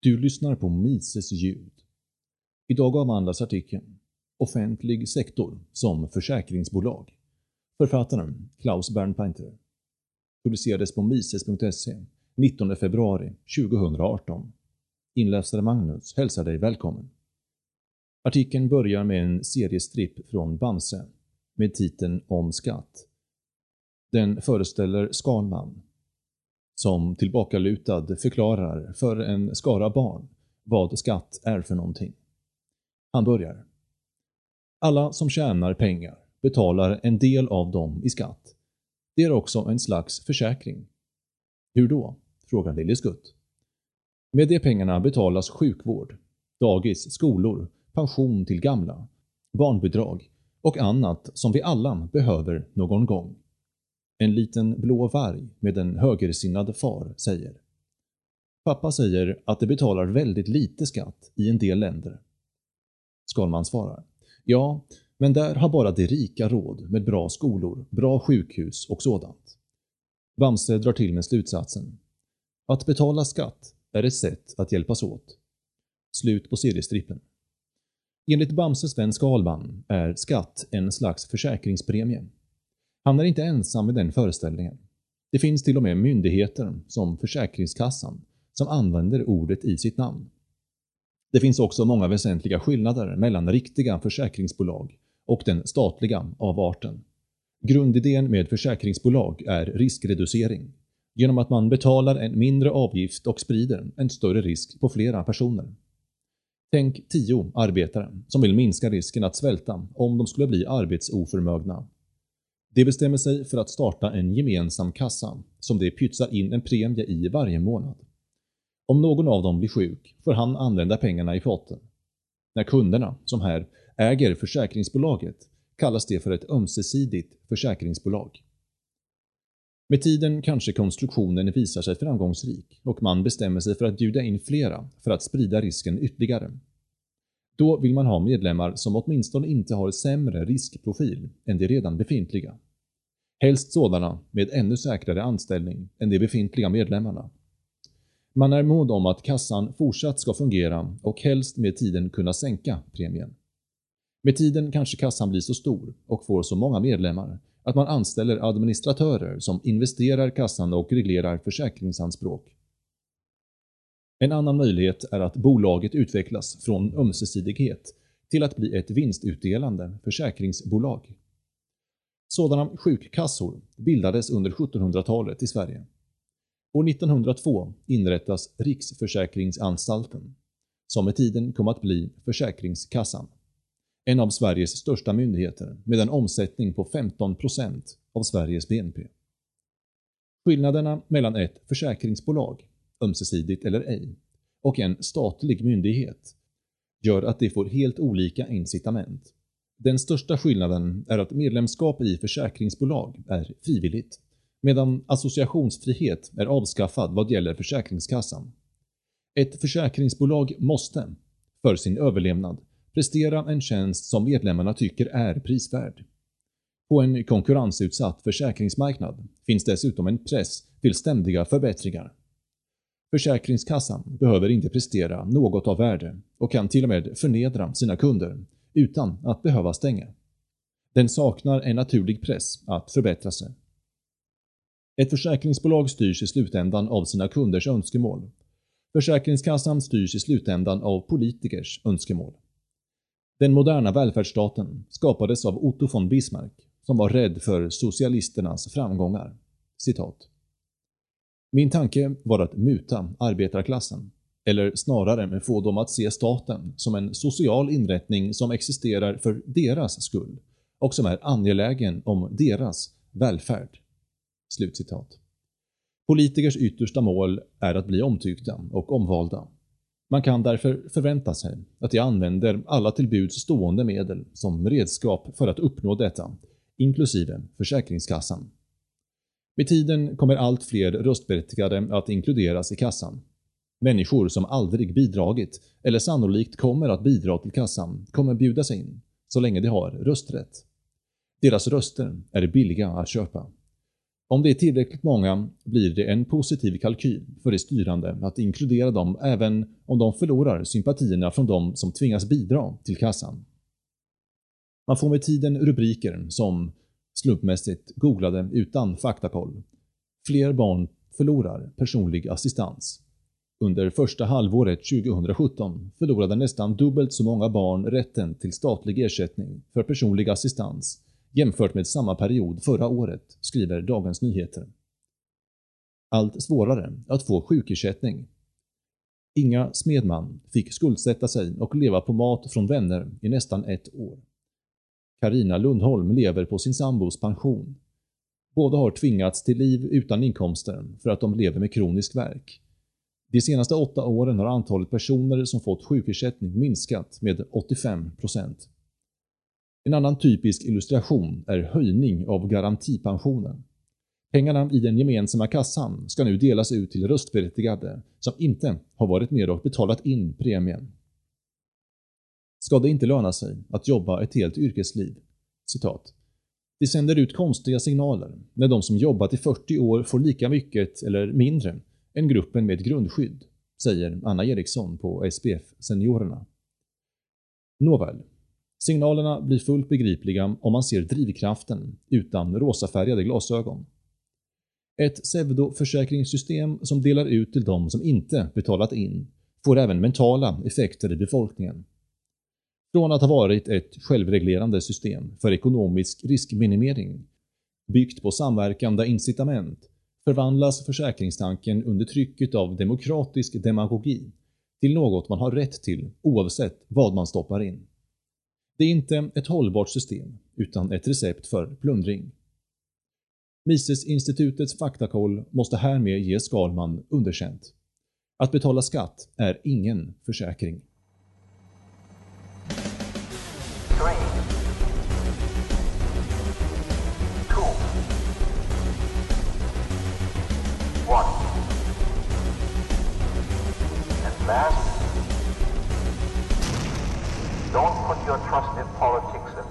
Du lyssnar på Mises ljud. Idag avhandlas artikeln Offentlig sektor som försäkringsbolag. Författaren Klaus Bernpainter. Publicerades på mises.se 19 februari 2018. Inläsare Magnus hälsar dig välkommen. Artikeln börjar med en seriestripp från Bamse med titeln Om skatt. Den föreställer Skalman som tillbakalutad förklarar för en skara barn vad skatt är för någonting. Han börjar. Alla som tjänar pengar betalar en del av dem i skatt. Det är också en slags försäkring. Hur då? Frågar Lille Skutt. Med de pengarna betalas sjukvård, dagis, skolor, pension till gamla, barnbidrag och annat som vi alla behöver någon gång. En liten blå varg med en högersinnad far säger. Pappa säger att det betalar väldigt lite skatt i en del länder. Skalman svarar. Ja, men där har bara de rika råd med bra skolor, bra sjukhus och sådant. Bamse drar till med slutsatsen. Att betala skatt är ett sätt att hjälpas åt. Slut på seriestrippen. Enligt Bamses vän Skalman är skatt en slags försäkringspremie. Han är inte ensam med den föreställningen. Det finns till och med myndigheter som Försäkringskassan som använder ordet i sitt namn. Det finns också många väsentliga skillnader mellan riktiga försäkringsbolag och den statliga avarten. Grundidén med försäkringsbolag är riskreducering, genom att man betalar en mindre avgift och sprider en större risk på flera personer. Tänk 10 arbetare som vill minska risken att svälta om de skulle bli arbetsoförmögna. De bestämmer sig för att starta en gemensam kassa som de pytsar in en premie i varje månad. Om någon av dem blir sjuk får han använda pengarna i potten. När kunderna, som här, äger försäkringsbolaget kallas det för ett ömsesidigt försäkringsbolag. Med tiden kanske konstruktionen visar sig framgångsrik och man bestämmer sig för att bjuda in flera för att sprida risken ytterligare. Då vill man ha medlemmar som åtminstone inte har sämre riskprofil än de redan befintliga. Helst sådana med ännu säkrare anställning än de befintliga medlemmarna. Man är mån om att kassan fortsatt ska fungera och helst med tiden kunna sänka premien. Med tiden kanske kassan blir så stor och får så många medlemmar att man anställer administratörer som investerar kassan och reglerar försäkringsanspråk. En annan möjlighet är att bolaget utvecklas från ömsesidighet till att bli ett vinstutdelande försäkringsbolag. Sådana sjukkassor bildades under 1700-talet i Sverige. År 1902 inrättas Riksförsäkringsanstalten, som med tiden kom att bli Försäkringskassan. En av Sveriges största myndigheter med en omsättning på 15% av Sveriges BNP. Skillnaderna mellan ett försäkringsbolag, ömsesidigt eller ej, och en statlig myndighet gör att de får helt olika incitament. Den största skillnaden är att medlemskap i försäkringsbolag är frivilligt, medan associationsfrihet är avskaffad vad gäller Försäkringskassan. Ett försäkringsbolag måste, för sin överlevnad, prestera en tjänst som medlemmarna tycker är prisvärd. På en konkurrensutsatt försäkringsmarknad finns dessutom en press till ständiga förbättringar. Försäkringskassan behöver inte prestera något av värde och kan till och med förnedra sina kunder utan att behöva stänga. Den saknar en naturlig press att förbättra sig. Ett försäkringsbolag styrs i slutändan av sina kunders önskemål. Försäkringskassan styrs i slutändan av politikers önskemål. Den moderna välfärdsstaten skapades av Otto von Bismarck som var rädd för socialisternas framgångar. Citat. Min tanke var att muta arbetarklassen, eller snarare få dem att se staten som en social inrättning som existerar för deras skull och som är angelägen om deras välfärd. Slutcitat. Politikers yttersta mål är att bli omtyckta och omvalda. Man kan därför förvänta sig att de använder alla till buds stående medel som redskap för att uppnå detta, inklusive Försäkringskassan. Med tiden kommer allt fler röstberättigade att inkluderas i kassan. Människor som aldrig bidragit eller sannolikt kommer att bidra till kassan kommer bjudas in så länge de har rösträtt. Deras röster är billiga att köpa. Om det är tillräckligt många blir det en positiv kalkyl för det styrande att inkludera dem även om de förlorar sympatierna från de som tvingas bidra till kassan. Man får med tiden rubriker som slumpmässigt googlade utan faktakoll. Fler barn förlorar personlig assistans. Under första halvåret 2017 förlorade nästan dubbelt så många barn rätten till statlig ersättning för personlig assistans jämfört med samma period förra året, skriver Dagens Nyheter. Allt svårare att få sjukersättning. Inga Smedman fick skuldsätta sig och leva på mat från vänner i nästan 1 år. Carina Lundholm lever på sin sambos pension. Båda har tvingats till liv utan inkomster för att de lever med kronisk värk. De senaste 8 åren har antalet personer som fått sjukersättning minskat med 85%. En annan typisk illustration är höjning av garantipensionen. Pengarna i den gemensamma kassan ska nu delas ut till röstberättigade som inte har varit med och betalat in premien. Ska det inte löna sig att jobba ett helt yrkesliv? Citat. Det sänder ut konstiga signaler när de som jobbat i 40 år får lika mycket eller mindre än gruppen med grundskydd, säger Anna Eriksson på SPF Seniorerna. Nåväl, signalerna blir fullt begripliga om man ser drivkraften utan rosafärgade glasögon. Ett pseudoförsäkringssystem som delar ut till de som inte betalat in får även mentala effekter i befolkningen. Från att ha varit ett självreglerande system för ekonomisk riskminimering, byggt på samverkande incitament, förvandlas försäkringstanken under trycket av demokratisk demagogi till något man har rätt till oavsett vad man stoppar in. Det är inte ett hållbart system utan ett recept för plundring. Mises-institutets faktakoll måste härmed ge Skalman underkänt. Att betala skatt är ingen försäkring. 3, 2, 1. And last, don't put your trust in politics